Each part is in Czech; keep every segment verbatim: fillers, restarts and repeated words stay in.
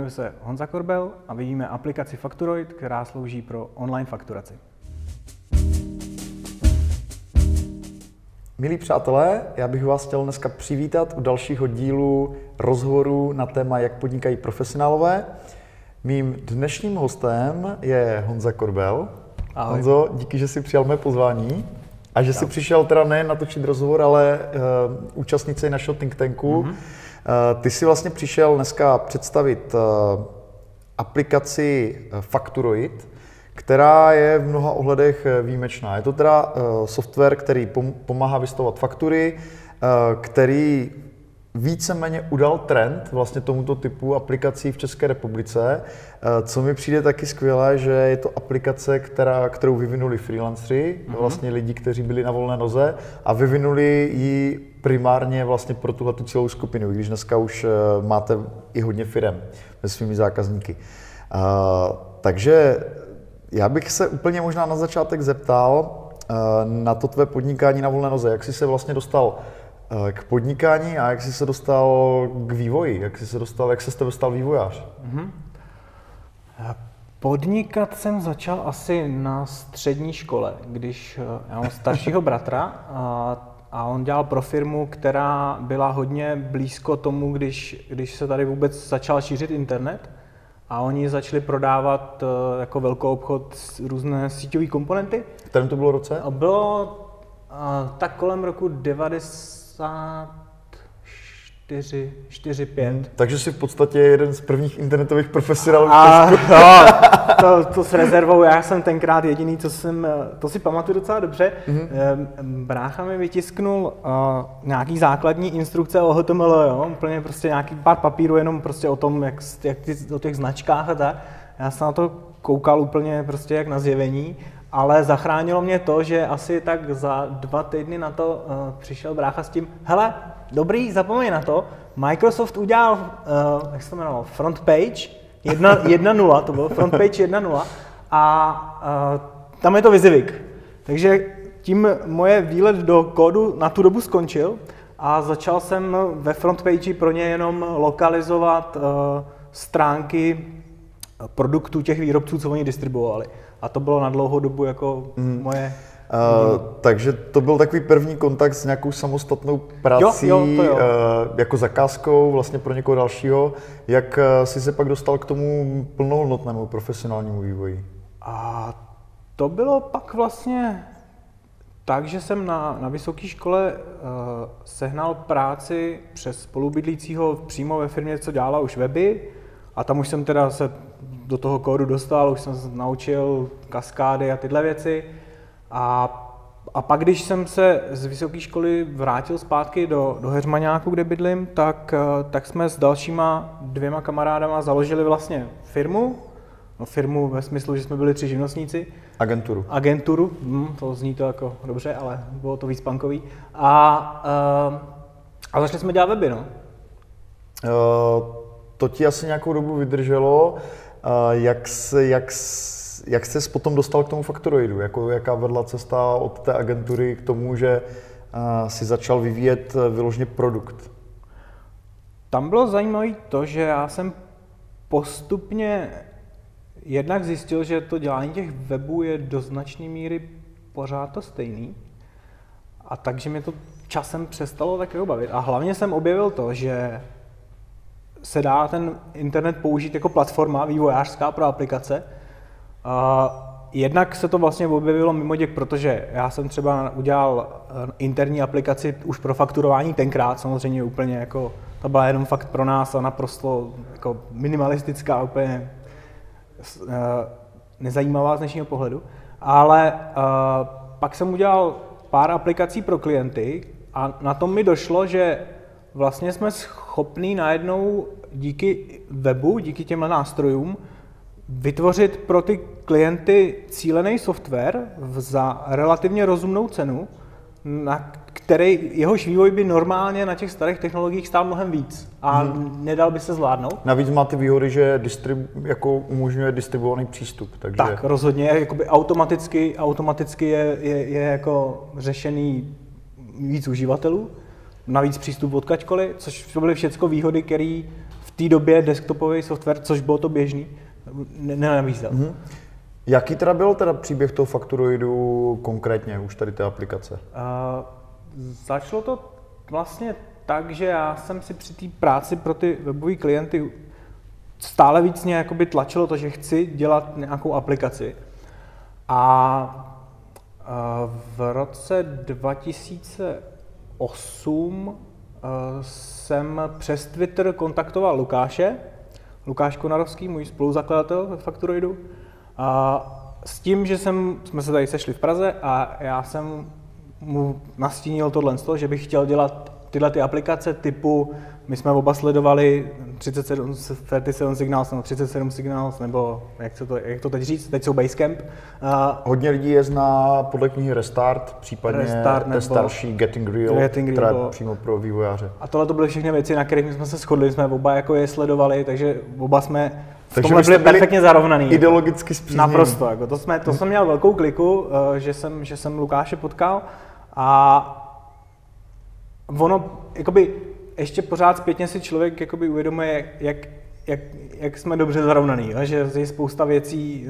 jmenuji se Honza Korbel a vyvíjíme aplikaci Fakturoid, která slouží pro online fakturaci. Milí přátelé, já bych vás chtěl dneska přivítat u dalšího dílu rozhovoru na téma, jak podnikají profesionálové. Mým dnešním hostem je Honza Korbel. Ahoj. Honzo, díky, že jsi přijal mé pozvání a že jsi přišel teda nejen natočit rozhovor, ale uh, účastnit se našeho think tanku. Mm-hmm. Uh, ty jsi vlastně přišel dneska představit uh, aplikaci Fakturoid, která je v mnoha ohledech výjimečná. Je to teda uh, software, který pom- pomáhá vystavovat faktury, uh, který víceméně udal trend vlastně tomuto typu aplikací v České republice. Uh, co mi přijde taky skvělé, že je to aplikace, která, kterou vyvinuli freelanceri, mm-hmm. vlastně lidi, kteří byli na volné noze a vyvinuli ji primárně vlastně pro tuhletu celou skupinu, když dneska už uh, máte i hodně firem se svými zákazníky. Uh, takže já bych se úplně možná na začátek zeptal uh, na to tvé podnikání na volné noze. Jak jsi se vlastně dostal uh, k podnikání a jak jsi se dostal k vývoji? Jak jsi se dostal, jak se z tebe stal vývojář? Mm-hmm. Podnikat jsem začal asi na střední škole, když já mám staršího bratra a, a on dělal pro firmu, která byla hodně blízko tomu, když, když se tady vůbec začal šířit internet. A oni začali prodávat uh, jako velkou obchod různé síťové komponenty. V kterém to bylo roce? A bylo uh, tak kolem roku devadesát čtyři, čtyři, pět. Hmm, takže jsi v podstatě jeden z prvních internetových profesionálů. A no, to, to s rezervou, já jsem tenkrát jediný, co jsem, to si pamatuju docela dobře. Mm-hmm. Brácha mi vytisknul uh, nějaký základní instrukce o H T M L, jo? Úplně prostě nějaký pár papírů jenom prostě o tom, jak, jak ty, o těch značkách a tak. Já jsem na to koukal úplně prostě jak na zjevení, ale zachránilo mě to, že asi tak za dva týdny na to uh, přišel brácha s tím, hele, dobrý, zapomeň na to, Microsoft udělal, uh, jak se to jmenovalo, front page jedna nula, to bylo front page jedna nula a uh, tam je to Vyzivik. Takže tím moje výlet do kódu na tu dobu skončil a začal jsem ve front page pro ně jenom lokalizovat uh, stránky produktů těch výrobců, co oni distribuovali. A to bylo na dlouhou dobu jako mm. moje... Uh, takže to byl takový první kontakt s nějakou samostatnou prací, jo, jo, jo. Uh, jako zakázkou vlastně pro někoho dalšího. Jak uh, jsi se pak dostal k tomu plnohodnotnému profesionálnímu vývoji? A to bylo pak vlastně tak, že jsem na, na vysoké škole uh, sehnal práci přes spolubydlícího přímo ve firmě, co dělala už weby. A tam už jsem teda se do toho kódu dostal, už jsem se naučil kaskády a tyhle věci. A, a pak, když jsem se z vysoké školy vrátil zpátky do, do Heřmaňáku, kde bydlím, tak, tak jsme s dalšíma dvěma kamarádama založili vlastně firmu. No, firmu ve smyslu, že jsme byli tři živnostníci. Agenturu. Agenturu, hm, to zní to jako dobře, ale bylo to víc punkový. A, a začali jsme dělat weby, no. Uh, to ti asi nějakou dobu vydrželo. Uh, jak se, jak Jak jsi se potom dostal k tomu Fakturoidu? Jako, jaká vedla cesta od té agentury k tomu, že uh, si začal vyvíjet vyloženě produkt? Tam bylo zajímavé to, že já jsem postupně jednak zjistil, že to dělání těch webů je do značné míry pořád to stejný. A takže mě to časem přestalo tak jako bavit. A hlavně jsem objevil to, že se dá ten internet použít jako platforma vývojářská pro aplikace. Uh, jednak se to vlastně objevilo mimo děk, protože já jsem třeba udělal interní aplikaci už pro fakturování tenkrát, samozřejmě úplně jako, to byla jenom fakt pro nás a naprosto jako minimalistická, úplně uh, nezajímavá z dnešního pohledu, ale uh, pak jsem udělal pár aplikací pro klienty a na tom mi došlo, že vlastně jsme schopní najednou díky webu, díky těmhle nástrojům vytvořit pro ty klienty cílený software za relativně rozumnou cenu, na který jehož vývoj by normálně na těch starých technologiích stál mnohem víc a hmm. nedal by se zvládnout. Navíc má ty výhody, že distribu, jako umožňuje distribuovaný přístup. Takže... Tak, rozhodně, jakoby automaticky, automaticky je, je, je jako řešený víc uživatelů, navíc přístup odkaďkoliv, což to byly všechno výhody, které v té době desktopový software, což bylo to běžný, nenabízel. Mm-hmm. Jaký teda byl teda příběh toho Factoroidu konkrétně, už tady té aplikace? Uh, začalo to vlastně tak, že já jsem si při té práci pro ty webové klienty stále víc mě jakoby tlačilo to, že chci dělat nějakou aplikaci. A v roce dva tisíce osm jsem přes Twitter kontaktoval Lukáše, Lukáš Konarovský, můj spoluzakladatel ve Factoroidu, s tím, že jsem, jsme se tady sešli v Praze a já jsem mu nastínil tohle, že bych chtěl dělat tyhle ty aplikace typu, my jsme oba sledovali třicet sedm, třicet sedm Signals nebo třicet sedm Signals, nebo jak, to, jak to teď říct, teď jsou Basecamp. Uh, Hodně lidí je zná podle knihy Restart, případně Restart, té starší Getting Real, Getting která je přímo pro vývojáře. A tohle to byly všechny věci, na kterých jsme se shodli, jsme oba jako je sledovali, takže oba jsme v takže tomhle byli perfektně zarovnaný. Ideologicky spříznění. Naprosto, jako to, jsme, to jsem měl velkou kliku, uh, že, jsem, že jsem Lukáše potkal a ono, jakoby, ještě pořád zpětně si člověk jakoby uvědomuje, jak, jak, jak jsme dobře zarovnaný, že je spousta věcí,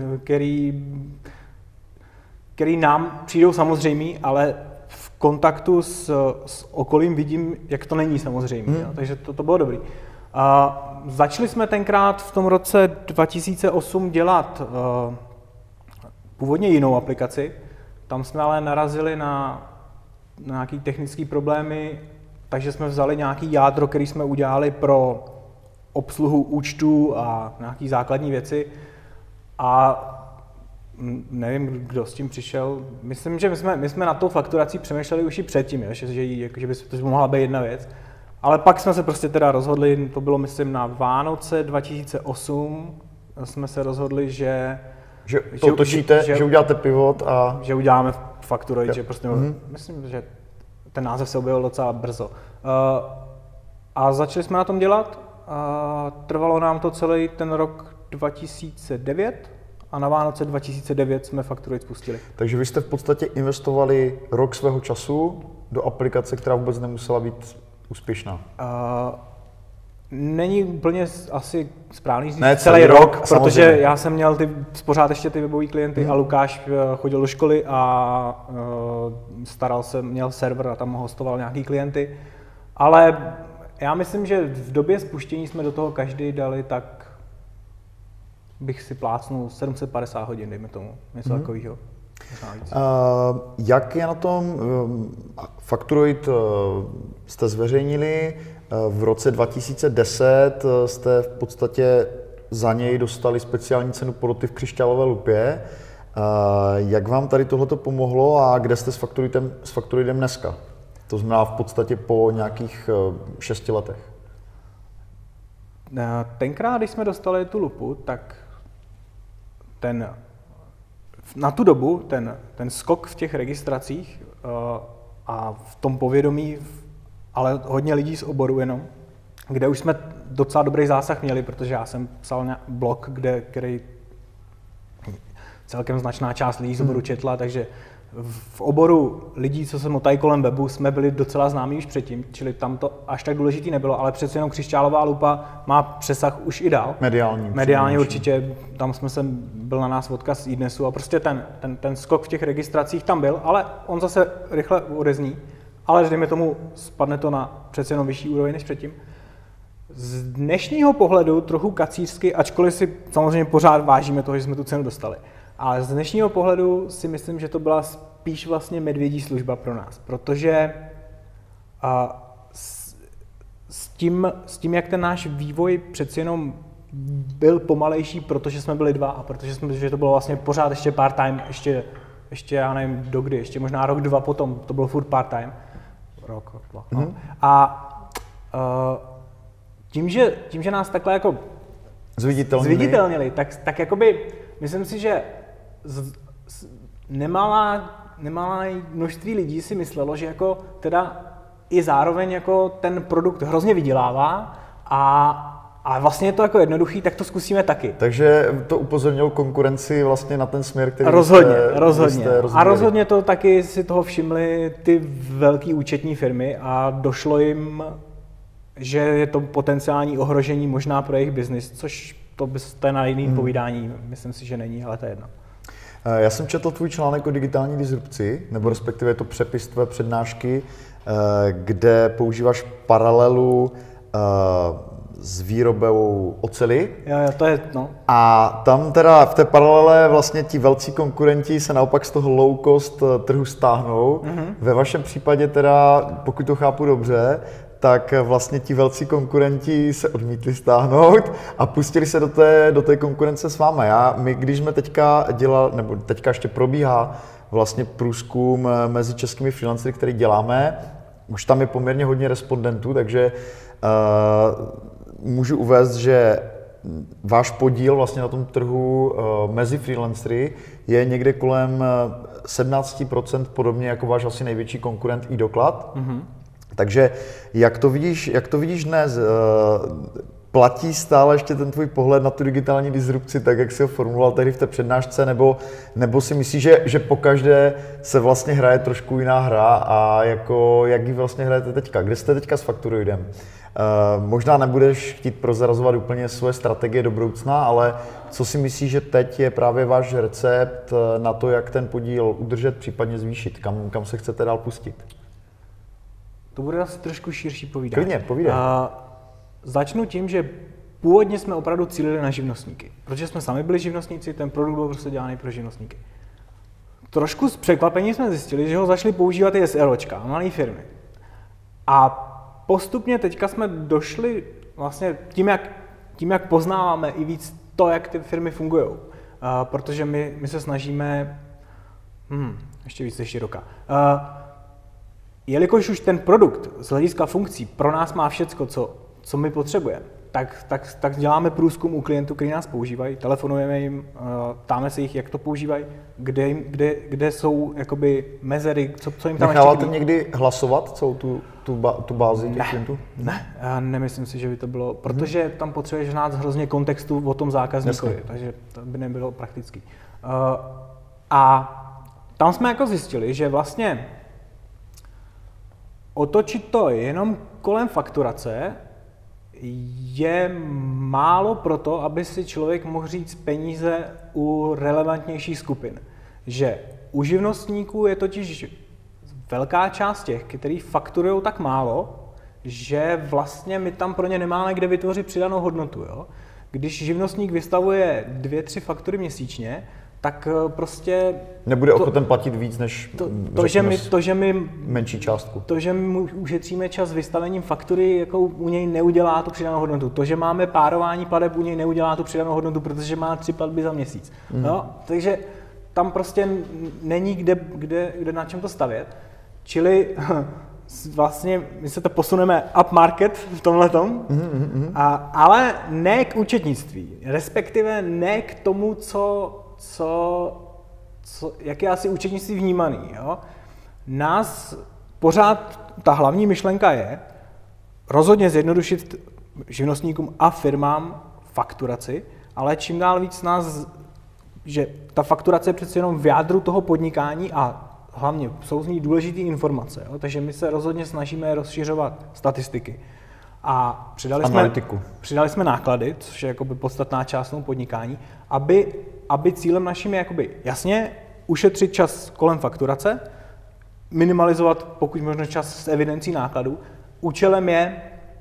které nám přijdou samozřejmé, ale v kontaktu s, s okolím vidím, jak to není samozřejmé, hmm. takže to, to bylo dobrý. A začali jsme tenkrát v tom roce dva tisíce osm dělat uh, původně jinou aplikaci, tam jsme ale narazili na, na nějaké technické problémy, takže jsme vzali nějaký jádro, který jsme udělali pro obsluhu účtů a nějaké základní věci a nevím, kdo s tím přišel. Myslím, že my jsme, my jsme na tou fakturací přemýšleli už i předtím, že, že, že by to mohla být jedna věc. Ale pak jsme se prostě teda rozhodli, to bylo myslím na Vánoce dva tisíce osm, jsme se rozhodli, že Že to točíte, že, že uděláte pivot a... Že uděláme Factoroid, že prostě, mm-hmm. myslím, že ten název se objevil docela brzo. Uh, a začali jsme na tom dělat, a trvalo nám to celý ten rok dva tisíce devět a na Vánoce dva tisíce devět jsme Factoroid spustili. Takže vy jste v podstatě investovali rok svého času do aplikace, která vůbec nemusela být úspěšná. Uh, Není úplně asi správný říct ne, celý rok, rok protože samozřejmě. Já jsem měl ty, pořád ještě ty webové klienty hmm. a Lukáš chodil do školy a uh, staral se, měl server a tam hostoval nějaký klienty. Ale já myslím, že v době spuštění jsme do toho každý dali tak, bych si plácnul sedm set padesát hodin, dejme tomu, něco hmm. takového. Uh, jak je na tom um, Factoroid uh, jste zveřejnili? V roce dva tisíce deset jste v podstatě za něj dostali speciální cenu Poroty v křišťálové lupě. Jak vám tady tohleto pomohlo a kde jste s Factoroidem, s Factoroidem dneska? To znamená v podstatě po nějakých šesti letech. Tenkrát, když jsme dostali tu lupu, tak ten, na tu dobu ten, ten skok v těch registracích a v tom povědomí, ale hodně lidí z oboru jenom, kde už jsme docela dobrý zásah měli, protože já jsem psal blog, kde, který celkem značná část lidí z oboru četla, takže v oboru lidí, co se motají kolem webu, jsme byli docela známí už předtím, čili tam to až tak důležitý nebylo, ale přece jenom křišťálová lupa má přesah už i dál. Mediální. Mediálně určitě, tam jsme se, byl na nás odkaz z iDnesu a prostě ten, ten, ten skok v těch registracích tam byl, ale on zase rychle odezní. Ale dejme tomu, spadne to na přece jenom vyšší úroveň než předtím. Z dnešního pohledu trochu kacířsky, ačkoliv si samozřejmě pořád vážíme toho, že jsme tu cenu dostali, ale z dnešního pohledu si myslím, že to byla spíš vlastně medvědí služba pro nás, protože a, s, s, tím, s tím, jak ten náš vývoj přeci jenom byl pomalejší, protože jsme byli dva a protože jsme, že to bylo vlastně pořád ještě part-time, ještě, ještě já nevím dokdy, ještě možná rok, dva potom, to bylo furt part-time. Rok, dva. No. Mm-hmm. A uh, tím, že, tím, že nás takhle jako zviditelnili, zviditelnili tak, tak jakoby, myslím si, že z, z, nemalá, nemalá množství lidí si myslelo, že jako teda i zároveň jako ten produkt hrozně vydělává a, a vlastně je to jako jednoduchý, tak to zkusíme taky. Takže to upozornil konkurenci vlastně na ten směr, který rozhodně, jste, rozhodně. jste A rozhodně to taky si toho všimly ty velké účetní firmy a došlo jim že je to potenciální ohrožení možná pro jejich biznis, což to byste na jiným hmm. povídání, myslím si, že není, ale to je jedno. Já jsem četl tvůj článek o digitální disrupci, nebo respektive je to přepis tvé přednášky, kde používáš paralelu s výrobou oceli. Jo, jo, to je, no. A tam teda v té paralele vlastně ti velcí konkurenti se naopak z toho low cost trhu stáhnou. Mm-hmm. Ve vašem případě teda, pokud to chápu dobře, tak vlastně ti velcí konkurenti se odmítli stáhnout a pustili se do té, do té konkurence s váma. Já, my, když jsme teďka dělali, nebo teďka ještě probíhá vlastně průzkum mezi českými freelancery, který děláme, už tam je poměrně hodně respondentů, takže uh, můžu uvést, že váš podíl vlastně na tom trhu uh, mezi freelancery je někde kolem sedmnáct procent, podobně jako váš asi největší konkurent iDoklad. Mm-hmm. Takže jak to vidíš, jak to vidíš dnes? Uh, platí stále ještě ten tvůj pohled na tu digitální disrupci, tak jak jsi ho formuloval tehdy v té přednášce, nebo, nebo si myslíš, že, že pokaždé se vlastně hraje trošku jiná hra a jako, jak ji vlastně hrajete teďka? Kde jste teďka s Factoroidem? Uh, možná nebudeš chtít prozrazovat úplně svoje strategie do budoucna, ale co si myslíš, že teď je právě váš recept na to, jak ten podíl udržet, případně zvýšit? Kam, kam se chcete dál pustit? To bude asi trošku širší povídání. Klidně, povídej. Uh, začnu tím, že původně jsme opravdu cílili na živnostníky, protože jsme sami byli živnostníci, ten produkt byl prostě dělaný pro živnostníky. Trošku s překvapením jsme zjistili, že ho začali používat i SROčka, malé firmy. A postupně teďka jsme došli vlastně tím, jak, tím, jak poznáváme i víc to, jak ty firmy fungují. Uh, protože my, my se snažíme, hmm, ještě víc než široká. Uh, jelikož už ten produkt z hlediska funkcí pro nás má všecko, co, co my potřebujeme, tak, tak, tak děláme průzkum u klientů, kteří nás používají, telefonujeme jim, uh, ptáme se jich, jak to používají, kde, jim, kde, kde jsou jakoby mezery, co, co jim tam Necháváte ještě chybí. někdy hlasovat celou tu, tu, ba, tu bázi těch ne, klientů? Ne, já nemyslím si, že by to bylo, protože hmm. tam potřebuješ znát hrozně kontextu o tom zákazníkovi, Jasně. takže to by nebylo praktický. Uh, a tam jsme jako zjistili, že vlastně otočit to jenom kolem fakturace je málo proto, aby si člověk mohl říct peníze u relevantnějších skupin. Že u živnostníků je totiž velká část těch, kteří fakturují tak málo, že vlastně my tam pro ně nemáme kde vytvořit přidanou hodnotu. Jo? Když živnostník vystavuje dvě, tři faktury měsíčně, tak prostě... Nebude ochoten platit víc, než to, to, že my, to, že my, menší částku. To, že my ušetříme čas vystavením faktury, jako u něj neudělá tu přidanou hodnotu. To, že máme párování plateb, u něj neudělá tu přidanou hodnotu, protože má tři platby za měsíc. Mm. No, takže tam prostě není kde, kde, kde na čem to stavět. Čili vlastně my se to posuneme up market v tomhletom, mm, mm, mm. A, ale ne k účetnictví, respektive ne k tomu, co Co, co, jak je asi účetnictví vnímaný. Jo? Nás pořád, ta hlavní myšlenka je rozhodně zjednodušit živnostníkům a firmám fakturaci, ale čím dál víc nás, že ta fakturace je přece jenom v jádru toho podnikání a hlavně jsou z ní důležité informace. Jo? Takže my se rozhodně snažíme rozšiřovat statistiky. A přidali jsme, přidali jsme náklady, což je jakoby podstatná část toho podnikání, aby, aby cílem naším je jakoby jasně ušetřit čas kolem fakturace, minimalizovat pokud možno čas s evidencí nákladů. Účelem je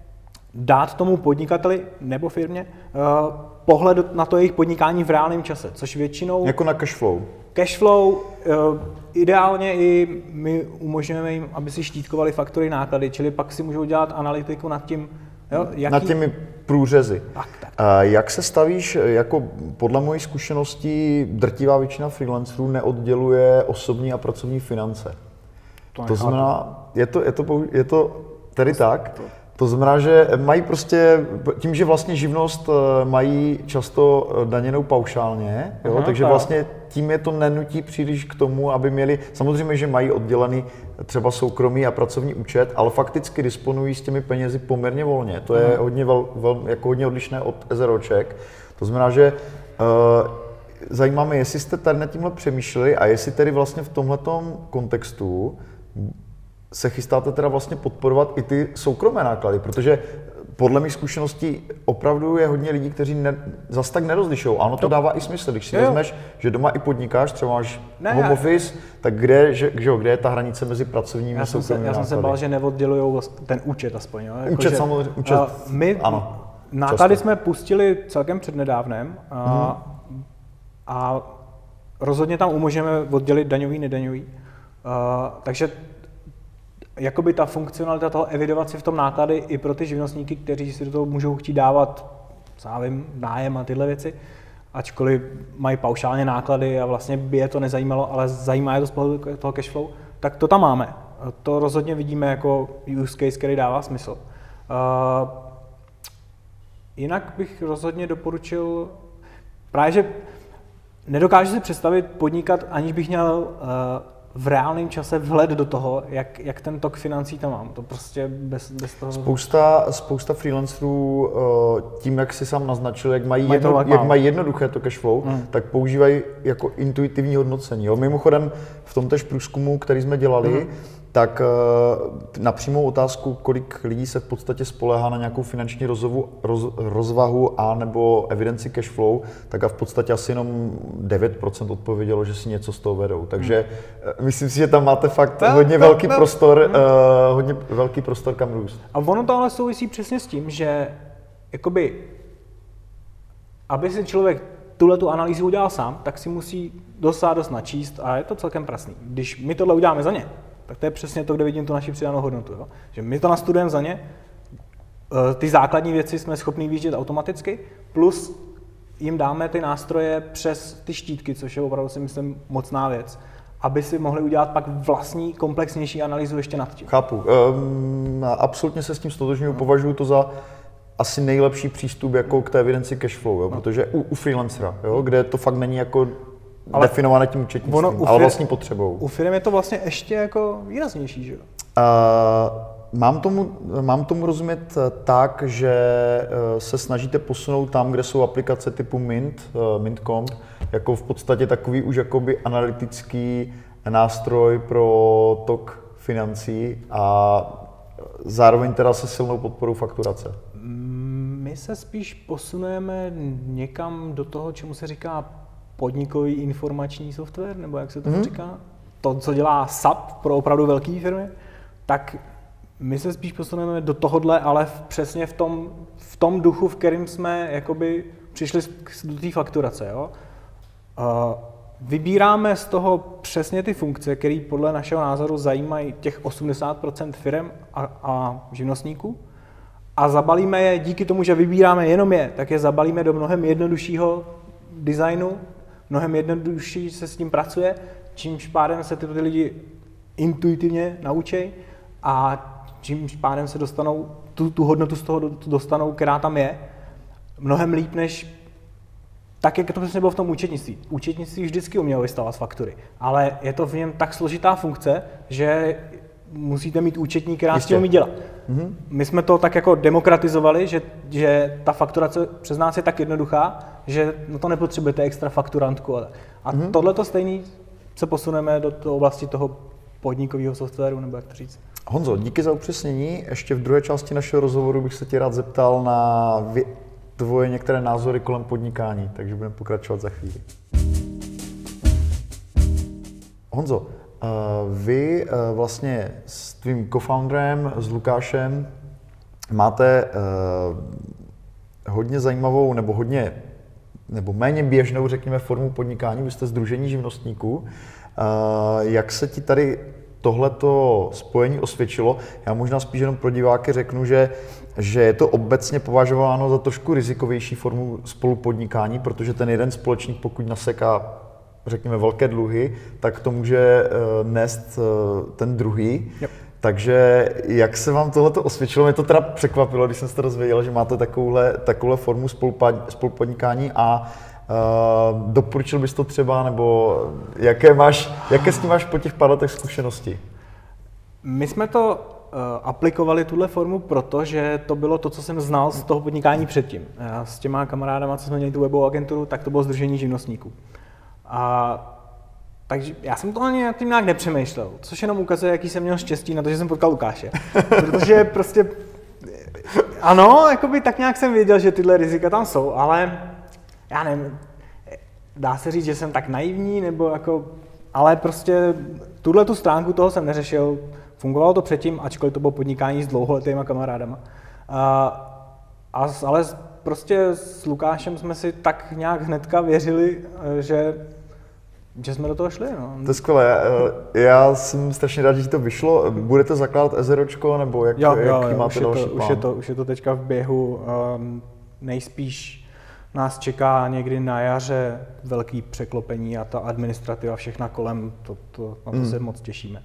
dát tomu podnikateli nebo firmě uh, pohled na to jejich podnikání v reálném čase, což většinou... Jako na cashflow. Cashflow, uh, ideálně i my umožňujeme jim, aby si štítkovali faktory náklady, čili pak si můžou dělat analytiku nad tím, jo, jaký... nad těmi průřezy. Tak, tak. A jak se stavíš, jako podle mojí zkušeností drtivá většina freelancerů neodděluje osobní a pracovní finance. To, to znamená, je to, je to, je to tedy to, tak, to. To znamená, že mají prostě, tím, že vlastně živnost mají často daněnou paušálně, jo, Aha, takže tak. vlastně tím je to nenutí příliš k tomu, aby měli, samozřejmě, že mají oddělený třeba soukromý a pracovní účet, ale fakticky disponují s těmi penězi poměrně volně. To je hodně, vel, vel, jako hodně odlišné od SROček. To znamená, že uh, zajímá mě, jestli jste tady nad tímhle přemýšleli a jestli tedy vlastně v tomhletom kontextu se chystáte teda vlastně podporovat i ty soukromé náklady, protože podle mých zkušeností opravdu je hodně lidí, kteří ne, zas tak nerozlišují. Ano, to dává i smysl, když si jo. vezmeš, že doma i podnikáš, třeba máš ne, home já... office, tak kde, že, že, kde je ta hranice mezi pracovními a soukromými náklady? Já jsem se bál, že neoddělují ten účet aspoň. Jo? Jako, účet že, samozřejmě, účet, my ano. Náklady často jsme pustili celkem přednedávnem a, hmm. a rozhodně tam umožňujeme oddělit daňový, nedaňový. A, takže jakoby ta funkcionalita toho evidovat si v tom náklady i pro ty živnostníky, kteří si do toho můžou chtít dávat, závím, nájem a tyhle věci, ačkoliv mají paušálně náklady a vlastně by je to nezajímalo, ale zajímá je to z pohledu toho cashflow, tak to tam máme. To rozhodně vidíme jako use case, který dává smysl. Uh, jinak bych rozhodně doporučil, právě že nedokážu si představit podnikat, aniž bych měl uh, v reálném čase vhled do toho, jak, jak ten tok financí tam mám. To prostě bez, bez toho... Spousta, spousta freelancerů tím, jak si sám naznačil, jak mají, mají, jedno, jak mají jednoduché to cashflow, mm. tak používají jako intuitivní hodnocení. Jo? Mimochodem v tom též průzkumu, který jsme dělali, mm. tak na přímou otázku, kolik lidí se v podstatě spoléhá na nějakou finanční rozvahu, roz, rozvahu a nebo evidenci cashflow, tak a v podstatě asi jenom devět procent odpovědělo, že si něco z toho vedou. Takže hmm. myslím si, že tam máte fakt no, hodně no, velký no. prostor, hmm. uh, hodně velký prostor kam růst. A ono to ale souvisí přesně s tím, že jakoby, aby si člověk tuhle tu analýzu udělal sám, tak si musí dost a dost načíst a je to celkem prasný. Když my tohle uděláme za ně, tak to je přesně to, kde vidím tu naši přidanou hodnotu. Jo? Že my to nastudujeme za ně, ty základní věci jsme schopni vyjíždět automaticky, plus jim dáme ty nástroje přes ty štítky, což je opravdu si myslím mocná věc, aby si mohli udělat pak vlastní komplexnější analýzu ještě nad tím. Chápu. Um, absolutně se s tím stotožňuji, no. Považuji to za asi nejlepší přístup jako k té evidenci cashflow, jo? No. Protože u, u freelancera, jo? Kde to fakt není jako ale definované tím účetnictvím, ale vlastní potřebou. U firmy je to vlastně ještě jako výraznější, že jo? Uh, mám, tomu, mám tomu rozumět tak, že se snažíte posunout tam, kde jsou aplikace typu Mint, uh, Mint tečka com, jako v podstatě takový už jakoby analytický nástroj pro tok financí a zároveň teda se silnou podporou fakturace. My se spíš posunujeme někam do toho, čemu se říká podnikový informační software, nebo jak se to mm. říká, to, co dělá S A P pro opravdu velké firmy, tak my se spíš posuneme do tohohle, ale v, přesně v tom, v tom duchu, v kterém jsme jakoby přišli do té fakturace. Jo? Uh, vybíráme z toho přesně ty funkce, které podle našeho názoru zajímají těch osmdesát procent firem a, a živnostníků a zabalíme je, díky tomu, že vybíráme jenom je, tak je zabalíme do mnohem jednoduššího designu, mnohem jednodušší se s tím pracuje, čímž pádem se ty lidi intuitivně naučí a čímž pádem se dostanou, tu, tu hodnotu z toho dostanou, která tam je, mnohem líp než tak, jak to přesně bylo v tom účetnictví. Účetnictví vždycky umělo vystavovat faktury, ale je to v něm tak složitá funkce, že musíte mít účetní, která s tím umí dělat. Mm-hmm. My jsme to tak jako demokratizovali, že, že ta fakturace přes nás je tak jednoduchá, že no to nepotřebujete extra fakturantku. A mm-hmm. tohleto stejný se posuneme do toho oblasti toho podnikového softwaru, nebo jak to říct. Honzo, díky za upřesnění. Ještě v druhé části našeho rozhovoru bych se tě rád zeptal na vě- tvoje některé názory kolem podnikání, takže budeme pokračovat za chvíli. Honzo, vy vlastně s tvým co-founderem, s Lukášem, máte hodně zajímavou nebo hodně nebo méně běžnou, řekněme, formu podnikání. Vy jste sdružení živnostníků. Jak se ti tady tohleto spojení osvědčilo? Já možná spíš jenom pro diváky řeknu, že, že je to obecně považováno za trošku rizikovější formu spolupodnikání, protože ten jeden společník, pokud naseká, řekněme, velké dluhy, tak to může uh, nést uh, ten druhý. Yep. Takže jak se vám tohleto osvědčilo? Mě to teda překvapilo, když jsem se to dozvěděl, že máte takovouhle, takovouhle formu spolupodnikání a uh, doporučil bys to třeba, nebo jaké, máš, jaké s tím máš po těch pár letech zkušenosti? My jsme to uh, aplikovali, tuhle formu, protože to bylo to, co jsem znal z toho podnikání předtím. Já s těma kamarádama, co jsme měli tu webovou agenturu, tak to bylo sdružení živnostníků. A Takže já jsem to ani nad tím nějak nepřemýšlel, což jenom ukazuje, jaký jsem měl štěstí na to, že jsem potkal Lukáše. Protože prostě, ano, jakoby tak nějak jsem věděl, že tyhle rizika tam jsou, ale já nevím, dá se říct, že jsem tak naivní, nebo jako, ale prostě tuhle tu stránku toho jsem neřešil. Fungovalo to předtím, ačkoliv to bylo podnikání s dlouholetýma kamarádama. A, a, ale prostě s Lukášem jsme si tak nějak hnedka věřili, že že jsme do toho šli, no. To je skvělé. Já jsem strašně rád, že to vyšlo. Budete zakládat SROčko, nebo jak, jo, jak jo, jo, máte už další je to, plán? Už je, to, už je to teďka v běhu. Um, nejspíš nás čeká někdy na jaře velký překlopení a ta administrativa všechna kolem, to, to, na to hmm. se moc těšíme.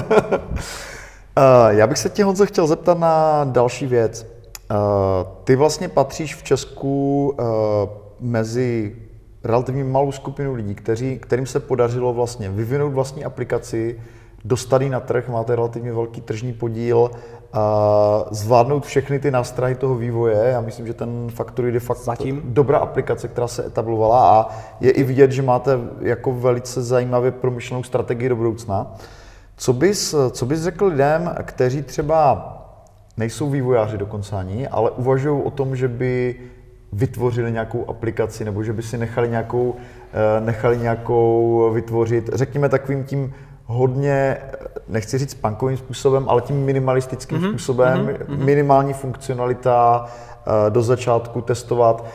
Já bych se tě, Honzo, chtěl zeptat na další věc. Ty vlastně patříš v Česku mezi relativně malou skupinu lidí, kteří, kterým se podařilo vlastně vyvinout vlastní aplikaci, dostat ji na trh, máte relativně velký tržní podíl, a zvládnout všechny ty nástrahy toho vývoje. Já myslím, že ten Factory je fakt Zatím. dobrá aplikace, která se etablovala a je i vidět, že máte jako velice zajímavě promyšlenou strategii do budoucna. Co bys, co bys řekl lidem, kteří třeba nejsou vývojáři dokonce ani, ale uvažují o tom, že by vytvořili nějakou aplikaci, nebo že by si nechali nějakou, nechali nějakou vytvořit, řekněme takovým tím hodně, nechci říct punkovým způsobem, ale tím minimalistickým mm-hmm. způsobem, mm-hmm. minimální funkcionalita, do začátku testovat.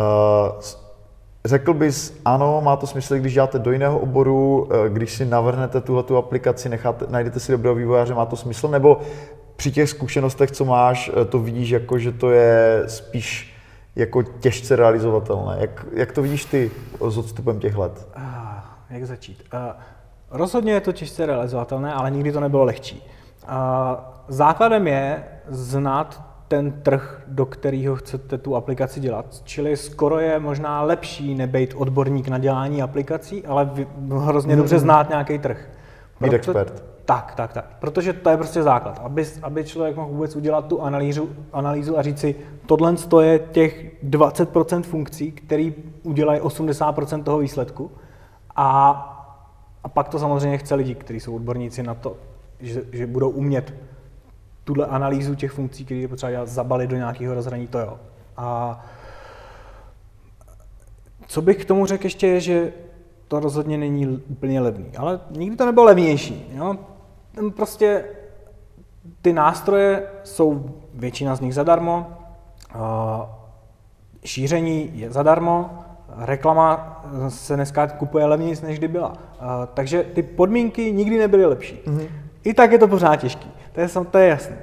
Řekl bys, ano, má to smysl, když děláte do jiného oboru, když si navrhnete tuhletu aplikaci, necháte, najdete si dobrého vývojáře, má to smysl, nebo při těch zkušenostech, co máš, to vidíš jako, že to je spíš jako těžce realizovatelné. Jak, jak to vidíš ty s odstupem těch let? Ah, jak začít? Uh, rozhodně je to těžce realizovatelné, ale nikdy to nebylo lehčí. Uh, základem je znát ten trh, do kterého chcete tu aplikaci dělat. Čili skoro je možná lepší nebejt odborník na dělání aplikací, ale hrozně mm. dobře znát nějaký trh. Být expert. Tak, tak, tak. Protože to je prostě základ. Aby, aby člověk mohl vůbec udělat tu analýzu, analýzu a říct si, tohle je těch dvacet procent funkcí, které udělají osmdesát procent toho výsledku. A, a pak to samozřejmě chce lidi, kteří jsou odborníci na to, že, že budou umět tuhle analýzu těch funkcí, které je potřeba dělat, zabalit do nějakého rozhraní, to jo. A co bych k tomu řekl ještě je, že to rozhodně není úplně levný, ale nikdy to nebylo levnější. Jo? Prostě ty nástroje jsou většina z nich zadarmo, šíření je zadarmo, reklama se dneska kupuje levněji, než kdy byla. Takže ty podmínky nikdy nebyly lepší. Mm-hmm. I tak je to pořád těžký, to je, to je jasné.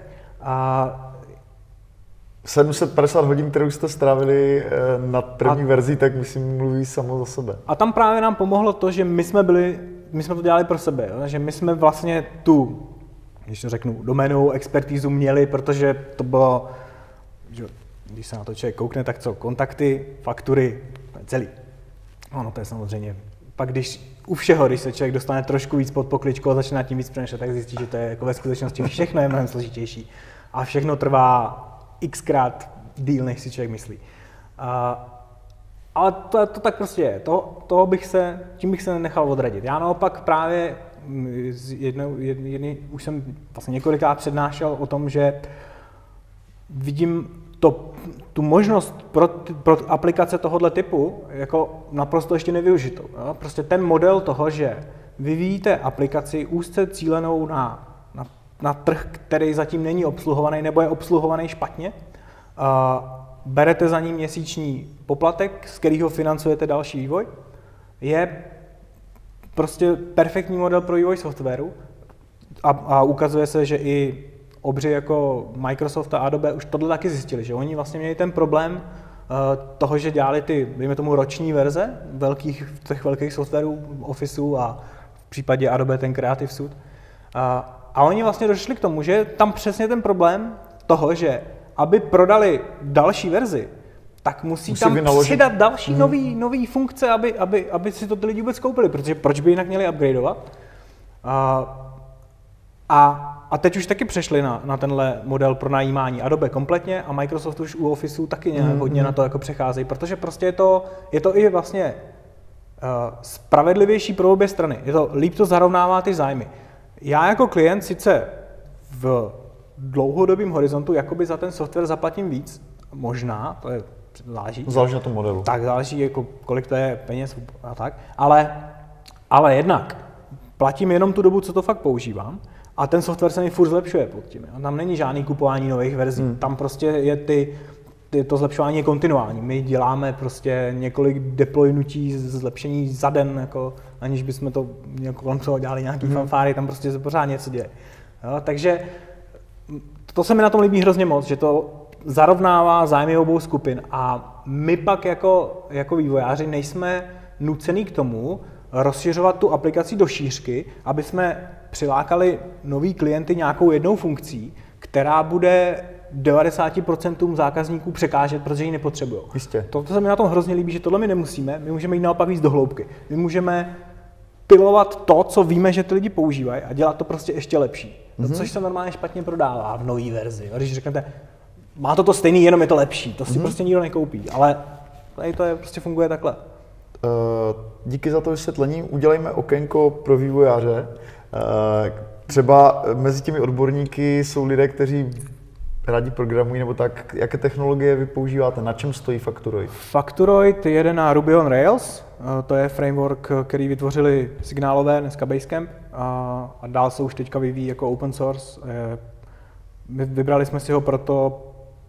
sedm set padesát hodin, kterou jste strávili nad první a, verzi, tak myslím, mluví samo za sebe. A tam právě nám pomohlo to, že my jsme byli, my jsme to dělali pro sebe, jo? Že my jsme vlastně tu, když to řeknu, doménovou expertízu měli, protože to bylo, že, když se na to člověk koukne, tak co, kontakty, faktury, to je celý. Ano, to je samozřejmě. Pak když u všeho, když se člověk dostane trošku víc pod pokličku a začne nad tím víc přemýšlet, tak zjistí, že to je jako ve skutečnosti všechno je mnohem složitější. A všechno trvá xkrát díl, než si člověk myslí. A, ale to, to tak prostě je. To, toho bych se, tím bych se nechal odradit. Já naopak právě jednou, jedný, jedný, už jsem vlastně několikrát přednášel o tom, že vidím to, tu možnost pro, pro aplikace tohoto typu jako naprosto ještě nevyužitou. Jo? Prostě ten model toho, že vyvíjíte aplikaci úzce cílenou na na, na trh, který zatím není obsluhovaný nebo je obsluhovaný špatně. Uh, berete za ní měsíční poplatek, z kterého financujete další vývoj. Je prostě perfektní model pro vývoj softwaru a, a ukazuje se, že i obři jako Microsoft a Adobe už tohle taky zjistili, že oni vlastně měli ten problém uh, toho, že dělali ty, dejme tomu, roční verze velkých, těch velkých softwarů, Officeu a v případě Adobe ten Creative Suite. Uh, A oni vlastně došli k tomu, že tam přesně ten problém toho, že aby prodali další verzi, tak musí, musí tam vynaložit. přidat další mm. nový, nový funkce, aby, aby, aby si to ty lidi vůbec koupili, protože proč by jinak měli upgradeovat? A, a, a teď už taky přešli na, na tenhle model pro najímání Adobe kompletně a Microsoft už u Officeu taky nějak mm. hodně na to jako přecházejí, protože prostě je to, je to i vlastně spravedlivější pro obě strany. Je to líp to zarovnává ty zájmy. Já jako klient sice v dlouhodobém horizontu jakoby za ten software zaplatím víc, možná, to je záleží. Záleží na tom modelu. Tak záleží, jako kolik to je peněz a tak, ale, ale jednak platím jenom tu dobu, co to fakt používám a ten software se mi furt zlepšuje pod tím. Jo. Tam není žádný kupování nových verzí, hmm. tam prostě je ty, ty, to zlepšování je kontinuální. My děláme prostě několik deploynutí zlepšení za den, jako, aniž bychom to kolem toho dělali nějaký hmm. fanfáry, tam prostě se pořád něco děje. Jo, takže to se mi na tom líbí hrozně moc, že to zarovnává zájmy obou skupin a my pak jako, jako vývojáři nejsme nucený k tomu rozšiřovat tu aplikaci do šířky, aby jsme přilákali nový klienty nějakou jednou funkcí, která bude devadesát procent zákazníků překážet, protože ji nepotřebují. Jistě. To, to se mi na tom hrozně líbí, že tohle my nemusíme, my můžeme jít naopak víc do hloubky. My můžeme pilovat to, co víme, že ty lidi používají a dělat to prostě ještě lepší. Mm-hmm. Což se normálně špatně prodává v nové verzi. Když řeknete, má to to stejný, jenom je to lepší, to si mm-hmm. prostě nikdo nekoupí, ale tady to je, prostě funguje takhle. Uh, díky za to vysvětlení, udělejme okénko pro vývojáře. Uh, třeba mezi těmi odborníky jsou lidé, kteří rádi programují, nebo tak, jaké technologie vy používáte, na čem stojí Factoroid? Factoroid jede na Ruby on Rails, to je framework, který vytvořili Signálové, dneska Basecamp, a, a dál se už teďka vyvíjí jako open source. Vybrali jsme si ho proto,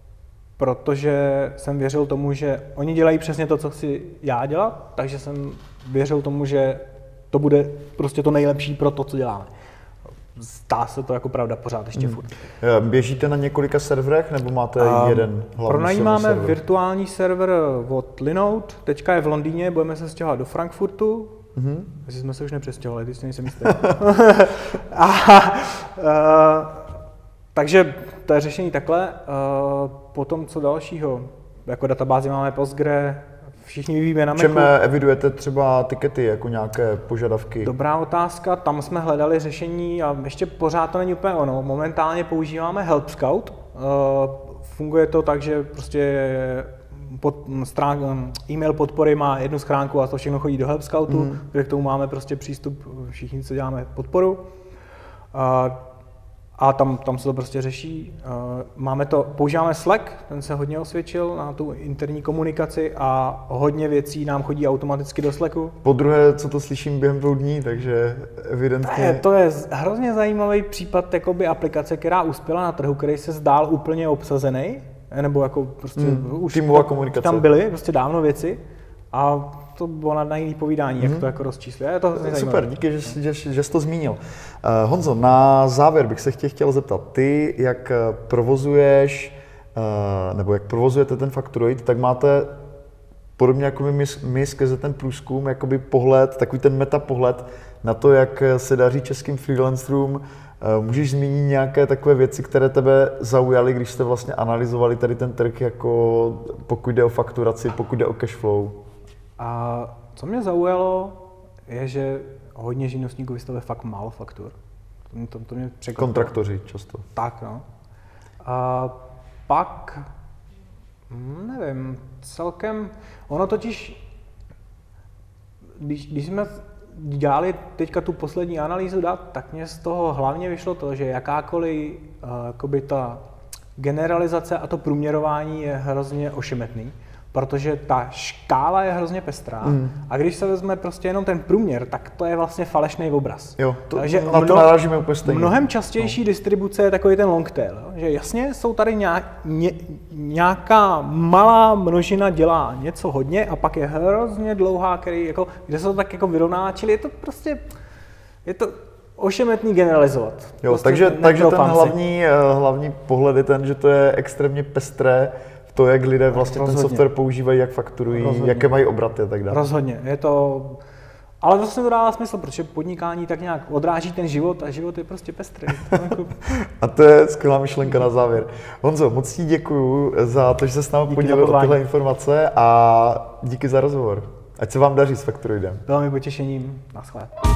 protože jsem věřil tomu, že oni dělají přesně to, co chci já dělat, takže jsem věřil tomu, že to bude prostě to nejlepší pro to, co děláme. Zdá se to jako pravda pořád ještě hmm. furt. Běžíte na několika serverech, nebo máte um, jeden hlavní pronajímáme server? virtuální server od Linode, teďka je v Londýně, budeme se stěhovat do Frankfurtu. Mm-hmm. Jestli jsme se už nepřestěhovali, teď si nejsem jistý. a, uh, takže to je řešení takhle. Uh, potom co dalšího? Jako databázi máme Postgre, všichni víme na Macu. Čem evidujete třeba tikety, jako nějaké požadavky? Dobrá otázka, tam jsme hledali řešení a ještě pořád to není úplně ono. Momentálně používáme Help Scout. Funguje to tak, že prostě pod, strán, e-mail podpory má jednu schránku a to všechno chodí do Help Scoutu, mm. kde k tomu máme prostě přístup všichni, co děláme podporu. A tam, tam se to prostě řeší. Máme to, používáme Slack, ten se hodně osvědčil na tu interní komunikaci a hodně věcí nám chodí automaticky do Slacku. Po druhé, co to slyším během dvou dní, takže evidentně... To je, to je hrozně zajímavý případ jakoby aplikace, která uspěla na trhu, který se zdál úplně obsazený, nebo jako prostě mm, už týmová komunikace. Tam byly prostě dávno věci a to bylo na jiný povídání, mm. jak to jako rozčíslit. Je to super, díky, že, že, že jsi to zmínil. Uh, Honzo, na závěr bych se tě chtěl zeptat, ty jak provozuješ, uh, nebo jak provozujete ten Factoroid, tak máte podobně jako my, my skrze ten průzkum, jakoby pohled, takový ten meta pohled na to, jak se daří českým freelancerům. Uh, můžeš zmínit nějaké takové věci, které tebe zaujaly, když jste vlastně analyzovali tady ten trh, jako pokud jde o fakturaci, pokud jde o cashflow? A co mě zaujalo, je, že hodně živnostníků vystavuje fakt málo faktur. To, to, to mě překvapilo. Kontraktoři často. Tak, no. A pak, nevím, celkem, ono totiž, když, když jsme dělali teďka tu poslední analýzu dat, tak mě z toho hlavně vyšlo to, že jakákoliv uh, jakoby ta generalizace a to průměrování je hrozně ošemetný. Protože ta škála je hrozně pestrá mm. a když se vezme prostě jenom ten průměr, tak to je vlastně falešný obraz. Jo, to, Takže na to narážíme úplně stejně. Mnohem častější no. distribuce je takový ten long tail, jo? Že jasně jsou tady nějak, ně, nějaká malá množina dělá něco hodně a pak je hrozně dlouhá, který jako, kde se to tak jako vyrovná, čili je to prostě, je to ošemetný generalizovat. Jo, prostě takže, takže ten hlavní, hlavní pohled je ten, že to je extrémně pestré, to, jak lidé vlastně rozhodně. Ten software používají, jak fakturují, rozhodně. Jaké mají obraty a tak dále. Rozhodně, je to... Ale vlastně to dává smysl, protože podnikání tak nějak odráží ten život a život je prostě pestrý. A to je skvělá myšlenka na závěr. Honzo, moc ti děkuju za to, že se s námi podělil o tyhle informace a díky za rozhovor. Ať se vám daří s Factoroidem. Bylo mi potěšením. Naschle.